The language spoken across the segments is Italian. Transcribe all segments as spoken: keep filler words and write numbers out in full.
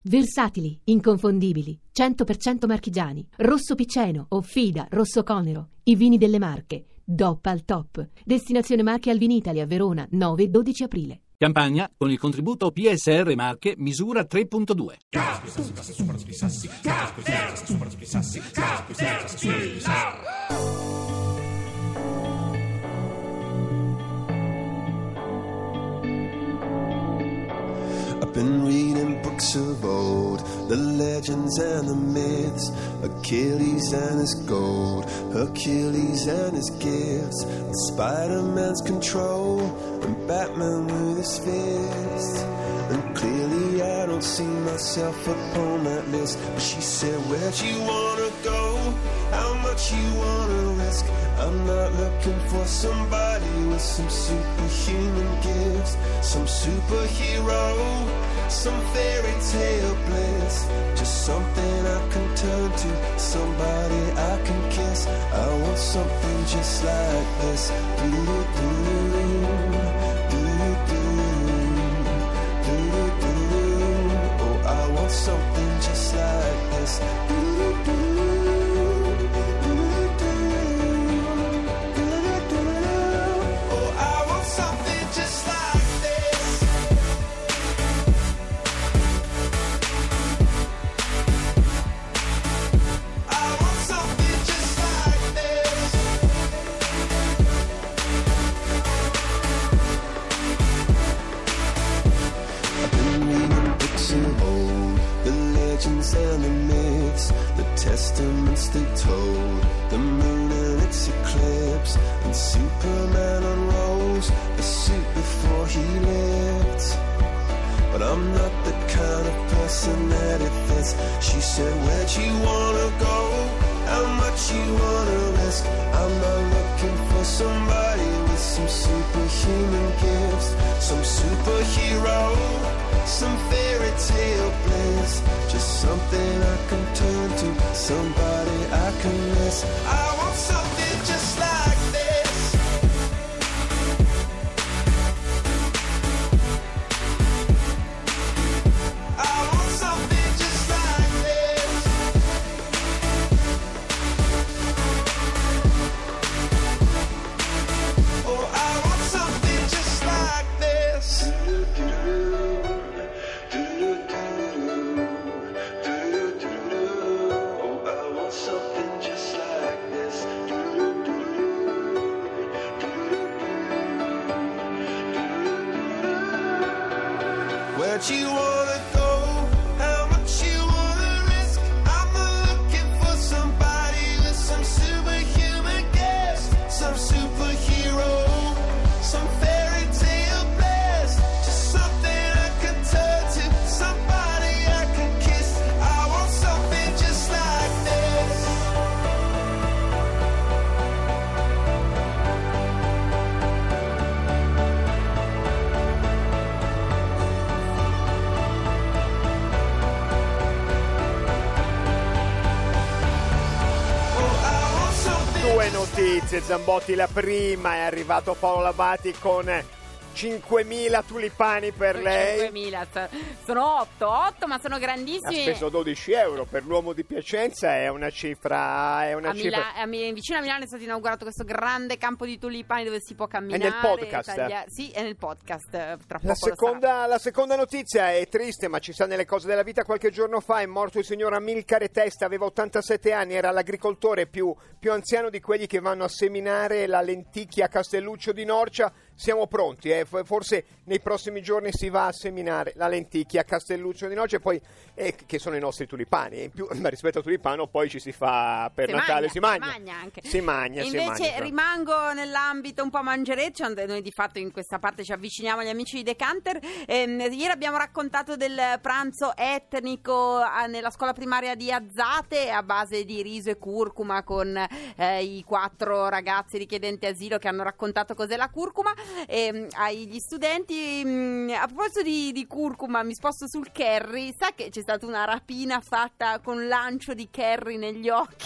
Versatili, inconfondibili, cento per cento marchigiani, Rosso Piceno, Offida, Rosso Conero, i vini delle Marche, D O P al top. Destinazione Marche al Vinitali a Verona, nove dodici aprile. Campagna con il contributo P S R Marche misura tre punto due. I've been reading books of old, the legends and the myths, Achilles and his gold, Hercules and his gifts, and Spider-Man's control, and Batman with his fist. And clearly I don't see myself upon that list. But she said, where'd you wanna go? How much you wanna risk? I'm not looking for somebody with some superhuman gifts, some superhero, some fairy tale bliss. Just something I can turn to, somebody I can kiss. I want something just like this. Do-do-do, do-do-do, do-do-do. Oh, I want something just like this. Do-do-do. And the myths, the testaments they told, the moon and its eclipse, and Superman unrolls the suit before he lived. But I'm not the kind of person that it fits. She said, where'd you wanna go? How much you wanna risk? I'm not looking for somebody with some superhuman gifts, some superhero, some fairy tale bliss. Just something I can turn to, somebody I can miss. I want something just like this. I want something just like this. Oh, I want something just like this. Where'd you wanna go? How much you wanna risk? I'm not looking for somebody with some superhuman gifts, some superhero, some fairy tale bliss. Just something I can turn to, somebody I can kiss. I want something just like this. Due notizie, Zambotti. La prima, è arrivato Paolo Labati con cinquemila tulipani per lei. cinquemila, sono otto, otto, ma sono grandissimi. Ha speso dodici euro, per l'uomo di Piacenza è una cifra, è una a cifra. Mila- a Mil- vicino a Milano è stato inaugurato questo grande campo di tulipani dove si può camminare. È nel podcast? taglia- Sì, è nel podcast, tra poco La lo seconda, la seconda notizia è triste, ma ci sta nelle cose della vita. Qualche giorno fa è morto il signor Amilcare Testa, aveva ottantasette anni, era l'agricoltore più, più anziano di quelli che vanno a seminare la lenticchia a Castelluccio di Norcia. Siamo pronti, eh? Forse nei prossimi giorni si va a seminare la lenticchia a Castelluccio di Norcia, e poi, eh, che sono i nostri tulipani. E in più, rispetto al tulipano, poi ci si fa per si Natale, magna, si mangia. Si magna anche. Si magna, Invece si mangia. rimango nell'ambito un po' mangereccio, noi di fatto in questa parte ci avviciniamo agli amici di Decanter. Ehm, ieri abbiamo raccontato del pranzo etnico a, nella scuola primaria di Azzate a base di riso e curcuma con eh, i quattro ragazzi richiedenti asilo che hanno raccontato cos'è la curcuma. E, agli studenti, mh, a proposito di, di curcuma, mi sposto sul curry. Sa che c'è stata una rapina fatta con lancio di curry negli occhi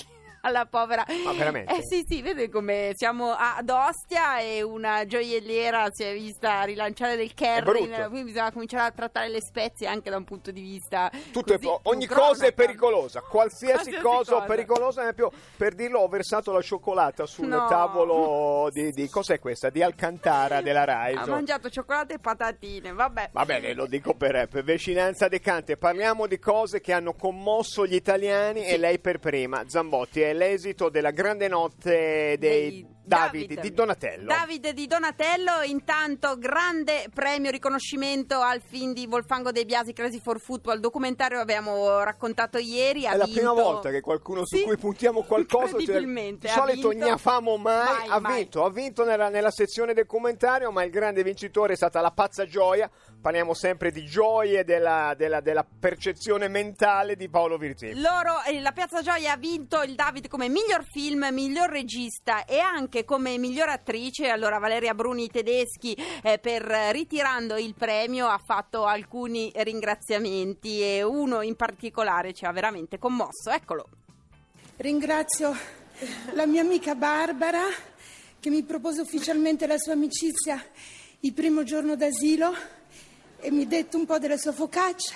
alla povera. Ma veramente? Eh sì, sì, vede come siamo ad Ostia e una gioielliera si è vista rilanciare del Kerrin, quindi bisogna cominciare a trattare le spezie anche da un punto di vista tutto così, è po- ogni cronaca. cosa è pericolosa, qualsiasi, Qualsiasi cosa, cosa. pericolosa. Ad esempio, per dirlo, ho versato la cioccolata sul No. tavolo di, di cos'è questa? Di Alcantara della Rai. Ha mangiato cioccolata e patatine, vabbè. Va bene, lo dico per, per vicinanza decante. Parliamo di cose che hanno commosso gli italiani, Sì. e lei per prima. Zambotti, è l'esito della grande notte dei, Dei David, David. di Donatello. Davide di Donatello, intanto grande premio, riconoscimento al film di Volfango De Biasi, Crazy for Football, documentario abbiamo raccontato ieri. Ha È la vinto... prima volta che qualcuno su Sì, cui puntiamo qualcosa, cioè, incredibilmente, di ha solito vinto- gnafamo mai, mai, ha mai. vinto, ha vinto nella, nella sezione documentario, ma il grande vincitore è stata la pazza gioia. Parliamo sempre di gioie della, della, della percezione mentale di Paolo Virzì. Loro, eh, la Piazza Gioia ha vinto il David come miglior film, miglior regista e anche come miglior attrice. Allora Valeria Bruni Tedeschi, eh, per ritirando il premio, ha fatto alcuni ringraziamenti e uno in particolare ci ha veramente commosso. Eccolo. Ringrazio la mia amica Barbara che mi propose ufficialmente la sua amicizia il primo giorno d'asilo e mi dette un po' della sua focaccia.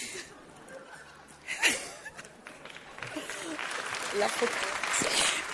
La focaccia.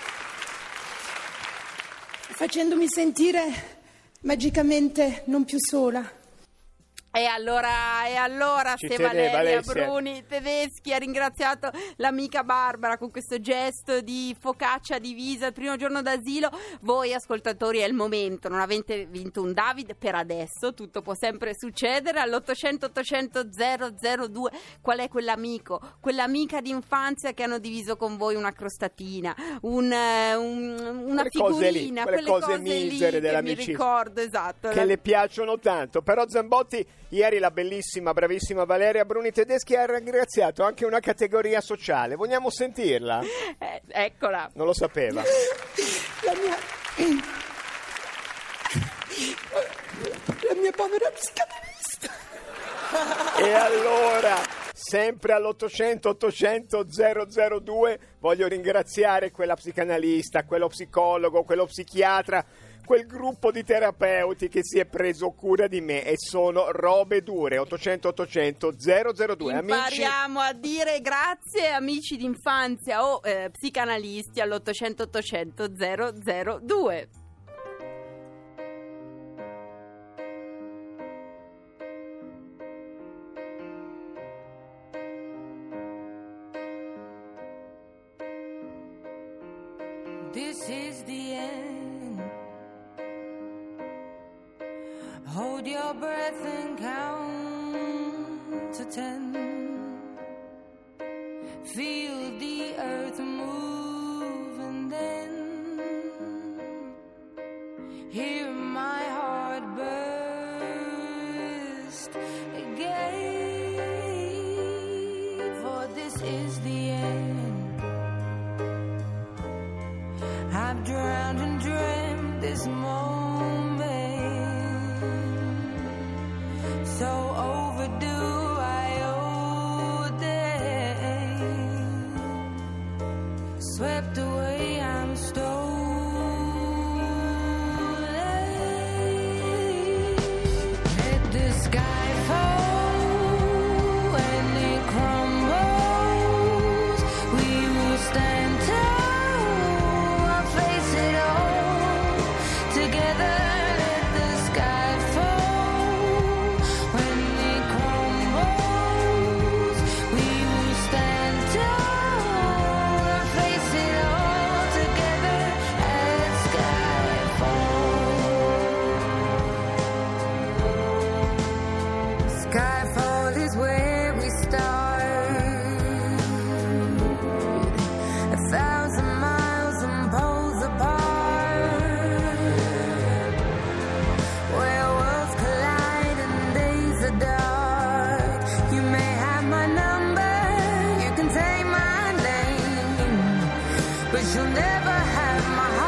Facendomi sentire magicamente non più sola. E allora, e allora Ci se teneva, Valeria Alessia. Bruni Tedeschi ha ringraziato l'amica Barbara con questo gesto di focaccia divisa il primo giorno d'asilo. Voi ascoltatori è il momento, non avete vinto un David per adesso, tutto può sempre succedere. All'ottocento ottocento zero zero due qual è quell'amico, quell'amica d'infanzia che hanno diviso con voi una crostatina, un, eh, un- una Quelle cose lì, figurina, quelle cose lì misere che mi dell'amicizia. ricordo, esatto. Che la- le piacciono tanto. Però Zambotti ieri la bellissima, bravissima Valeria Bruni Tedeschi ha ringraziato anche una categoria sociale. Vogliamo sentirla? eh, eccola. Non lo sapeva. La mia... La mia povera psicanalista. E allora, sempre all'ottocento ottocento zero zero due, voglio ringraziare quella psicanalista, quello psicologo, quello psichiatra, quel gruppo di terapeuti che si è preso cura di me, e sono robe dure. Ottocento ottocento zero zero due. Amici, Impariamo a dire grazie, amici d'infanzia o eh, psicanalisti all'ottocento ottocento zero zero due. This is the end. Hold your breath and count to ten. Feel the earth move and then hear my heart burst again. For this is the end. I've drowned and dreamt this moment, so overdue I owe them. Swept away, I'm stolen. Let the sky fall when it crumbles. We will stand tall. Skyfall is where we start. A thousand miles and poles apart, where worlds collide and days are dark. You may have my number, you can take my name, but you'll never have my heart.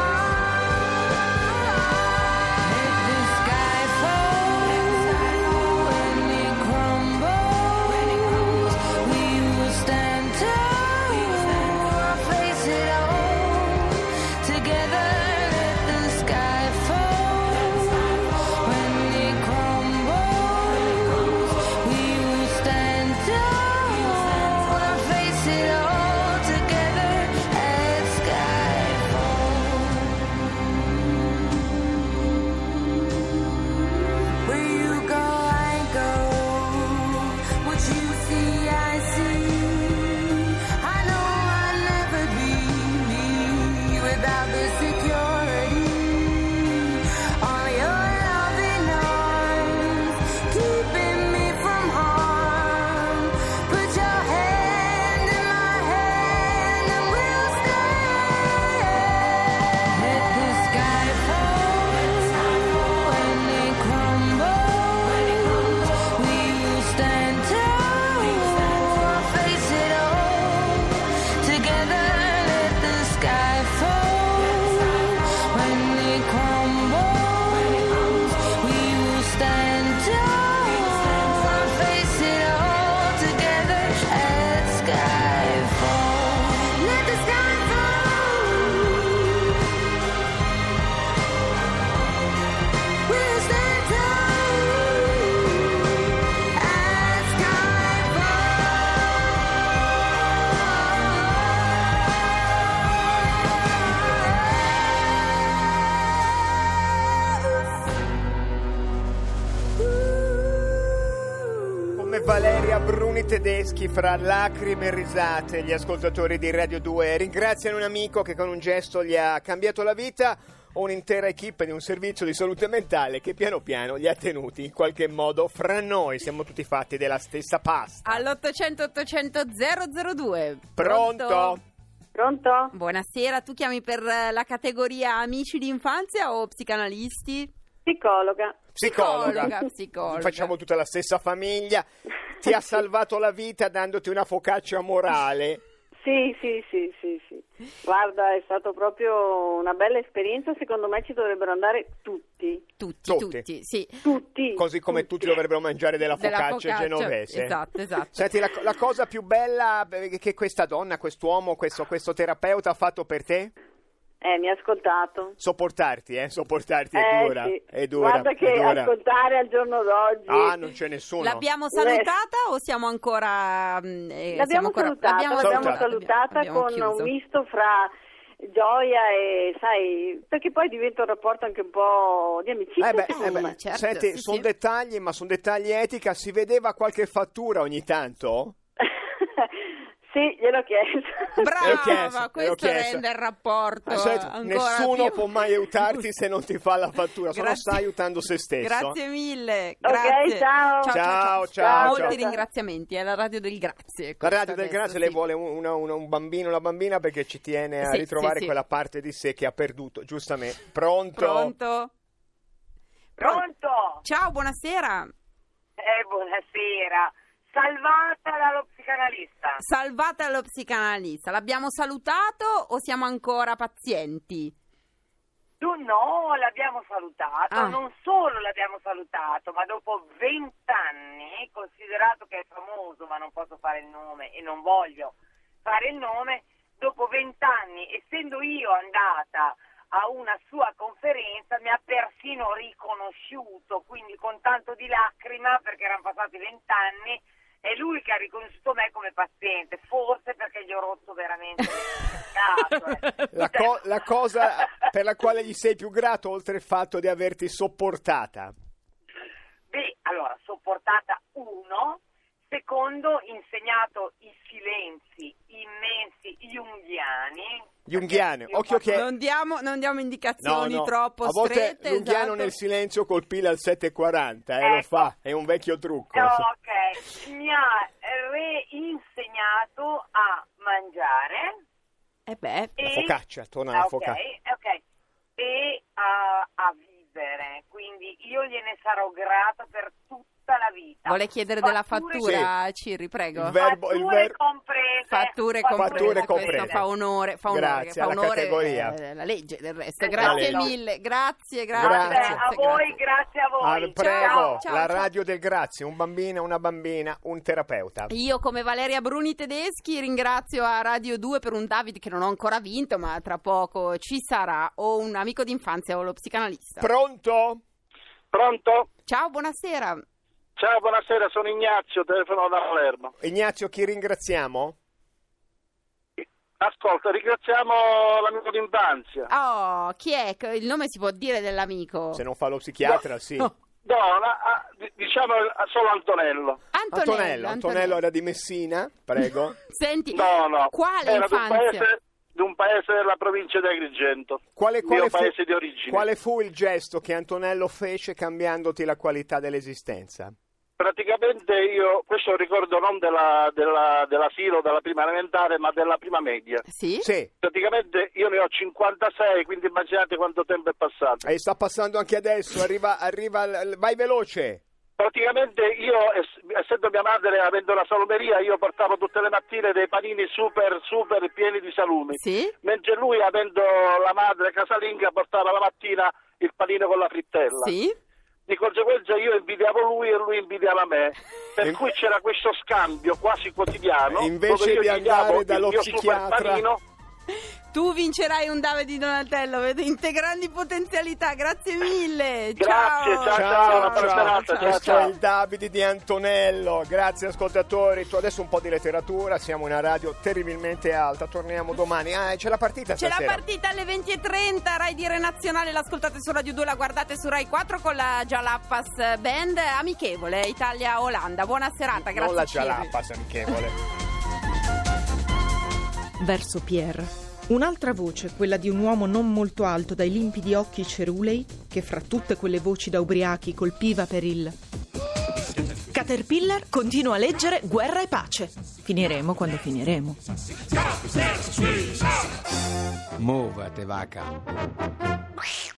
Stand tall, I'll face it all. Valeria Bruni Tedeschi, fra lacrime e risate. Gli ascoltatori di Radio due ringraziano un amico che con un gesto gli ha cambiato la vita, o un'intera equipe di un servizio di salute mentale che piano piano li ha tenuti in qualche modo fra noi. Siamo tutti fatti della stessa pasta. All'ottocento ottocento zero zero due. Pronto? Pronto? Buonasera, tu chiami per la categoria amici d'infanzia o psicanalisti? Psicologa. Psicologa. Psicologa, psicologa. Facciamo tutta la stessa famiglia. Ti ha salvato la vita dandoti una focaccia morale. Sì, sì, sì, sì, sì. Guarda, è stato proprio una bella esperienza, secondo me ci dovrebbero andare tutti. Tutti, Tutti. tutti, sì. Tutti. Così come tutti dovrebbero mangiare della Della focaccia, focaccia, genovese. esatto, esatto. Senti, la, la cosa più bella che questa donna, quest'uomo, questo, questo terapeuta ha fatto per te? Eh, mi ha ascoltato. Sopportarti, eh? Sopportarti è Eh, dura. sì. È dura. Guarda che è dura. ascoltare al giorno d'oggi. Ah, non c'è nessuno. L'abbiamo salutata o siamo ancora... mm, eh, L'abbiamo siamo ancora- salutata, l'abbiamo l'abbiamo salutata. salutata Abbiamo con chiuso. un misto fra gioia e, sai, perché poi diventa un rapporto anche un po' di amicizia, Eh beh, secondo eh beh, me. certo, senti, sì, sono sì. dettagli, ma sono dettagli etica. Si vedeva qualche fattura ogni tanto? Sì, gliel'ho chiesto. Brava, Gliel'ho chiesto, gliel'ho questo chiesto. rende il rapporto Ah, senti, ancora nessuno più... può mai aiutarti se non ti fa la fattura, se no Grazie. sta aiutando se stesso. Grazie mille, Ok, grazie. ciao. ciao, Ciao, ciao. ciao, Molti ciao. ringraziamenti, è la radio del grazie. La questa radio del adesso, Grazie, sì. lei vuole un, una- una- un bambino, una bambina perché ci tiene a Sì, ritrovare sì, sì. quella parte di sé che ha perduto, giustamente. Pronto? Pronto? Pronto? Ciao, buonasera. Eh, buonasera. Salvata dallo psicanalista. Salvata dallo psicanalista. L'abbiamo salutato o siamo ancora pazienti? Tu no, l'abbiamo salutato, Ah. non solo l'abbiamo salutato, ma dopo vent'anni, considerato che è famoso, ma non posso fare il nome e non voglio fare il nome, dopo vent'anni, essendo io andata a una sua conferenza, mi ha persino riconosciuto, quindi con tanto di lacrima, perché erano passati vent'anni, è lui che ha riconosciuto me come paziente, forse perché gli ho rotto veramente il cazzo. eh. La, co- la cosa per la quale gli sei più grato, oltre il fatto di averti sopportata. Beh, allora, sopportata uno, secondo, insegnato i silenzi immensi junghiani. Junghiane, Perché io occhio faccio- che... Non diamo, non diamo indicazioni No, no. troppo A volte strette. l'unghiano esatto. nel silenzio colpila al sette e quaranta, eh, lo Ecco. fa, è un vecchio trucco. Eh, ok, mi ha reinsegnato a mangiare. Eh beh, E, La focaccia, torna Ah, alla ok, focaccia. ok, e a, a vivere, quindi io gliene sarò grata per tutta la vita. vuole chiedere della Fatture- fattura, Cirri, prego. Il verbo- il fatture ver- comprese. Fatture Fatture comprese, comprese. questo fa onore, fa onore, Grazie, fa alla onore categoria. eh, la legge del resto. Esatto. Grazie La legge. mille, grazie, grazie. Grazie. Vabbè, a grazie, voi, grazie. grazie a voi. Ah, prego, Ciao, ciao, la ciao. radio del grazie, un bambino, una bambina, un terapeuta. Io come Valeria Bruni Tedeschi ringrazio a Radio due per un David che non ho ancora vinto, ma tra poco ci sarà, o un amico d'infanzia o lo psicanalista. Pronto? Pronto? Ciao, buonasera. Ciao, buonasera, sono Ignazio, telefono da Palermo. Ignazio, chi ringraziamo? Ascolta, ringraziamo l'amico d'infanzia. Oh, chi è? Il nome si può dire dell'amico? Se non fa lo psichiatra, sì. No. No, la- ah, di- diciamo ah, solo Antonello. Antonello, Antonello, Antonello era di Messina, prego. Senti, No, no. quale Era di un infanzia? paese, di un paese della provincia di Agrigento. Quale, Il mio quale fu, paese di origine. quale fu il gesto che Antonello fece cambiandoti la qualità dell'esistenza? Praticamente io, questo ricordo non della, della, dell'asilo, della prima elementare, ma della prima media. Sì? Sì, Praticamente io ne ho cinquantasei, quindi immaginate quanto tempo è passato. e sta passando anche adesso, arriva, arriva, l- vai veloce. Praticamente io, ess- essendo mia madre avendo la salumeria, io portavo tutte le mattine dei panini super, super pieni di salumi. Sì? Mentre lui, avendo la madre casalinga, portava la mattina il panino con la frittella. Sì? Di conseguenza io invidiavo lui e lui invidiava me. Per cui c'era questo scambio quasi quotidiano. Invece dove io di gli davo andare il dallo mio psichiatra- super panino, Tu vincerai un Davide di Donatello, vedo in te grandi potenzialità, grazie mille. Grazie, ciao, ciao, ciao, una buona serata, ciao, Questo ciao. è il Davide di Antonello. Grazie ascoltatori. Tu adesso un po' di letteratura, siamo in una radio terribilmente alta. Torniamo domani. Ah, c'è la partita C'è stasera. la partita alle venti e trenta, Rai Dire Nazionale, l'ascoltate su Radio due, la guardate su Rai quattro con la Jalapas Band, amichevole Italia-Olanda. Buona serata, grazie. Non la Ciri. Jalapas, amichevole. Verso Pierre. Un'altra voce, quella di un uomo non molto alto, dai limpidi occhi cerulei, che fra tutte quelle voci da ubriachi colpiva per il... Caterpillar continua a leggere Guerra e pace. Finiremo quando finiremo. Muovete, vaca.